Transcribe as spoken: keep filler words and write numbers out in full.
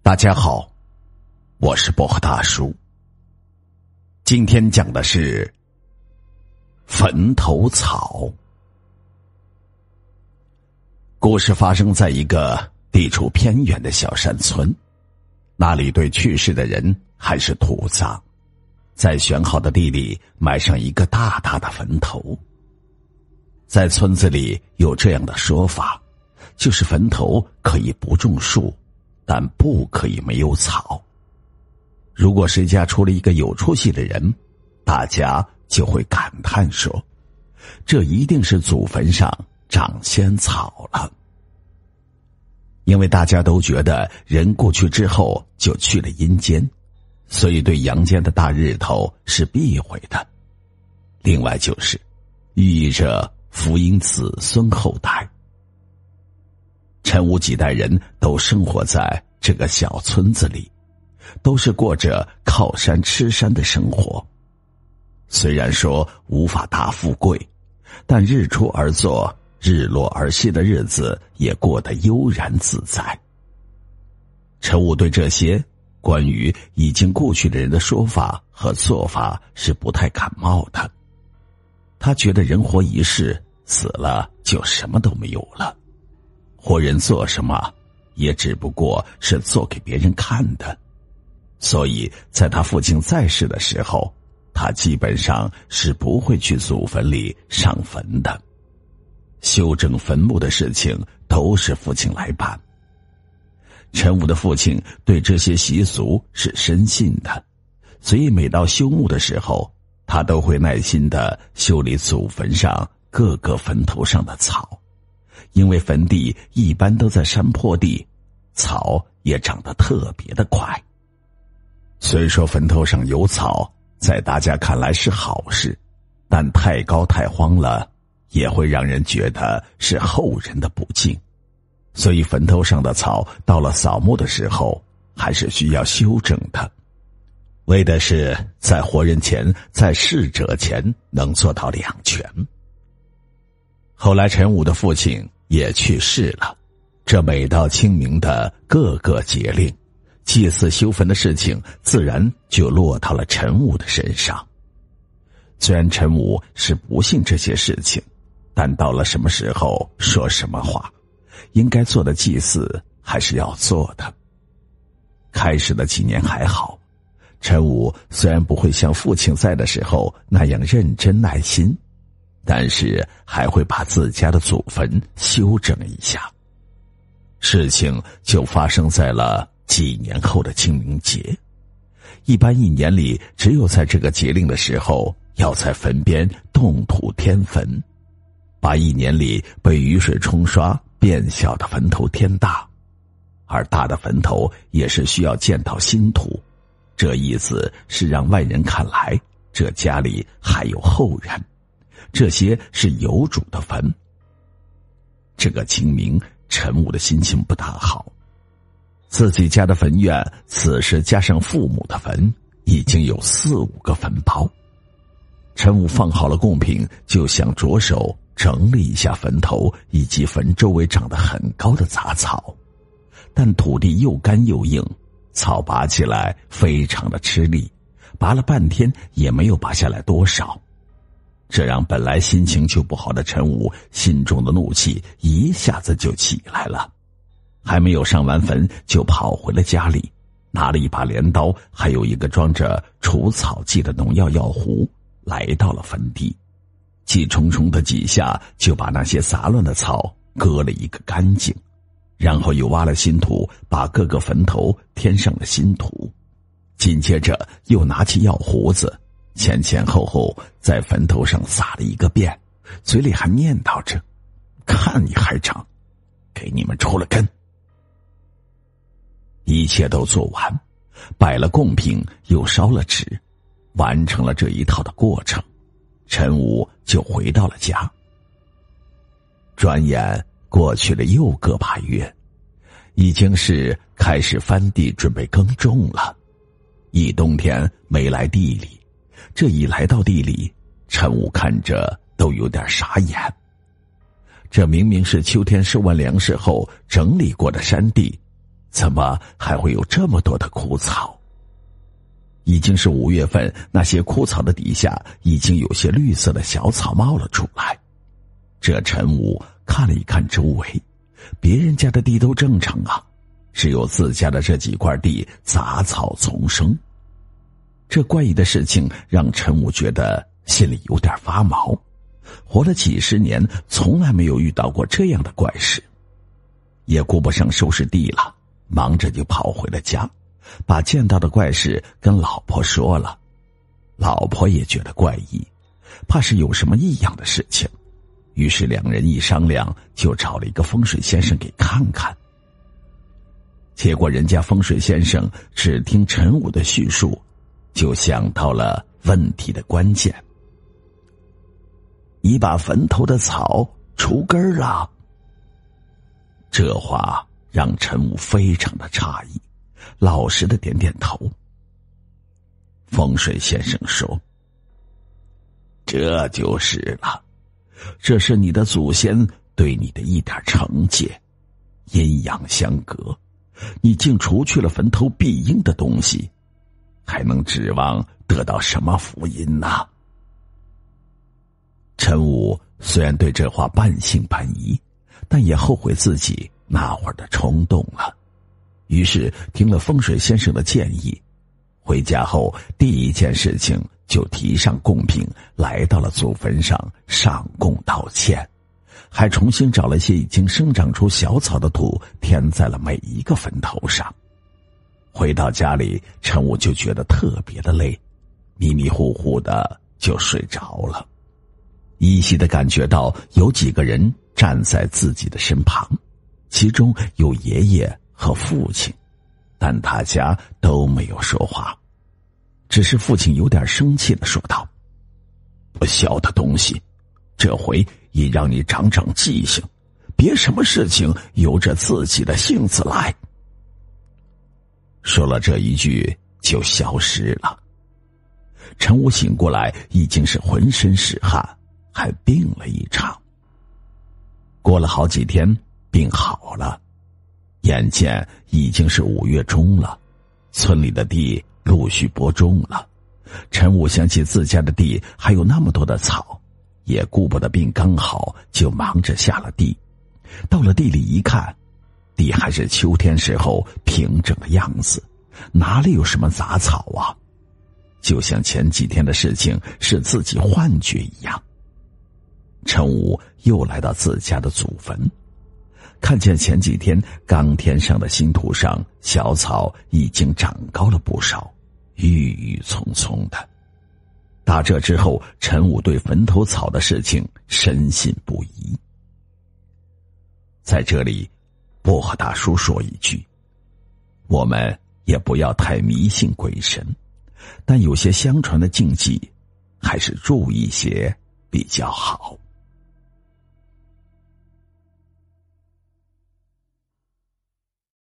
大家好，我是薄荷大叔。今天讲的是坟头草。故事发生在一个地处偏远的小山村，那里对去世的人还是土葬，在选好的地里埋上一个大大的坟头。在村子里有这样的说法，就是坟头可以不种树，但不可以没有草。如果谁家出了一个有出息的人，大家就会感叹说，这一定是祖坟上长仙草了。因为大家都觉得人过去之后就去了阴间，所以对阳间的大日头是避讳的。另外就是寓意着福荫子孙后代。陈武几代人都生活在这个小村子里，都是过着靠山吃山的生活。虽然说无法大富贵，但日出而作日落而息的日子也过得悠然自在。陈武对这些关于已经故去的人的说法和做法是不太感冒的。他觉得人活一世，死了就什么都没有了，活人做什么也只不过是做给别人看的。所以在他父亲在世的时候，他基本上是不会去祖坟里上坟的，修整坟墓的事情都是父亲来办。陈武的父亲对这些习俗是深信的，所以每到修墓的时候，他都会耐心地修理祖坟上各个坟头上的草。因为坟地一般都在山坡地，草也长得特别的快。虽说坟头上有草，在大家看来是好事，但太高太荒了，也会让人觉得是后人的不敬。所以坟头上的草到了扫墓的时候还是需要修整的，为的是在活人前在逝者前能做到两全。后来陈武的父亲也去世了，这每到清明的各个节令，祭祀修坟的事情自然就落到了陈武的身上。虽然陈武是不信这些事情，但到了什么时候说什么话，应该做的祭祀还是要做的。开始的几年还好，陈武虽然不会像父亲在的时候那样认真耐心，但是还会把自家的祖坟修整一下。事情就发生在了几年后的清明节。一般一年里只有在这个节令的时候，要在坟边动土添坟，把一年里被雨水冲刷变小的坟头添大。而大的坟头也是需要见到新土，这意思是让外人看来这家里还有后人，这些是有主的坟。这个清明，陈武的心情不大好。自己家的坟院，此时加上父母的坟，已经有四五个坟包。陈武放好了贡品，就想着手整理一下坟头以及坟周围长得很高的杂草，但土地又干又硬，草拔起来非常的吃力，拔了半天也没有拔下来多少。这让本来心情就不好的陈武心中的怒气一下子就起来了。还没有上完坟就跑回了家里，拿了一把镰刀还有一个装着除草剂的农药药壶，来到了坟地，气冲冲的几下就把那些杂乱的草割了一个干净，然后又挖了新土，把各个坟头添上了新土。紧接着又拿起药壶子，前前后后在坟头上撒了一个遍，嘴里还念叨着，看你还长，给你们除了根。一切都做完，摆了贡品，又烧了纸，完成了这一套的过程，陈武就回到了家。转眼过去了又个把月，已经是开始翻地准备耕种了。一冬天没来地里，这一来到地里，陈武看着都有点傻眼。这明明是秋天收完粮食后整理过的山地， 怎么还会有这么多的枯草？已经是五月份，那些枯草的底下已经有些绿色的小草冒了出来。这陈武看了一看周围，别人家的地都正常啊，只有自家的这几块地杂草丛生。这怪异的事情让陈武觉得心里有点发毛，活了几十年，从来没有遇到过这样的怪事。也顾不上收拾地了，忙着就跑回了家，把见到的怪事跟老婆说了。老婆也觉得怪异，怕是有什么异样的事情，于是两人一商量，就找了一个风水先生给看看。结果人家风水先生只听陈武的叙述，就想到了问题的关键。你把坟头的草除根了。这话让陈武非常的诧异，老实的点点头。风水先生说，这就是了，这是你的祖先对你的一点惩戒，阴阳相隔，你竟除去了坟头必应的东西，还能指望得到什么福音呢？陈武虽然对这话半信半疑，但也后悔自己那会儿的冲动了。于是听了风水先生的建议，回家后第一件事情就提上贡品，来到了祖坟上上供道歉，还重新找了些已经生长出小草的土填在了每一个坟头上。回到家里，陈武就觉得特别的累，迷迷糊糊的就睡着了，依稀的感觉到有几个人站在自己的身旁，其中有爷爷和父亲，但大家都没有说话，只是父亲有点生气的说道，不孝的东西，这回也让你长长记性，别什么事情由着自己的性子来。说了这一句就消失了。陈武醒过来已经是浑身是汗，还病了一场。过了好几天，病好了，眼见已经是五月中了，村里的地陆续播种了。陈武想起自家的地还有那么多的草，也顾不得病刚好，就忙着下了地。到了地里一看，地还是秋天时候平整的样子，哪里有什么杂草啊？就像前几天的事情是自己幻觉一样。陈武又来到自家的祖坟，看见前几天刚填上的新土上小草已经长高了不少，郁郁葱葱的。打这之后，陈武对坟头草的事情深信不疑。在这里薄荷大叔说一句，我们也不要太迷信鬼神，但有些相传的禁忌还是注意些比较好。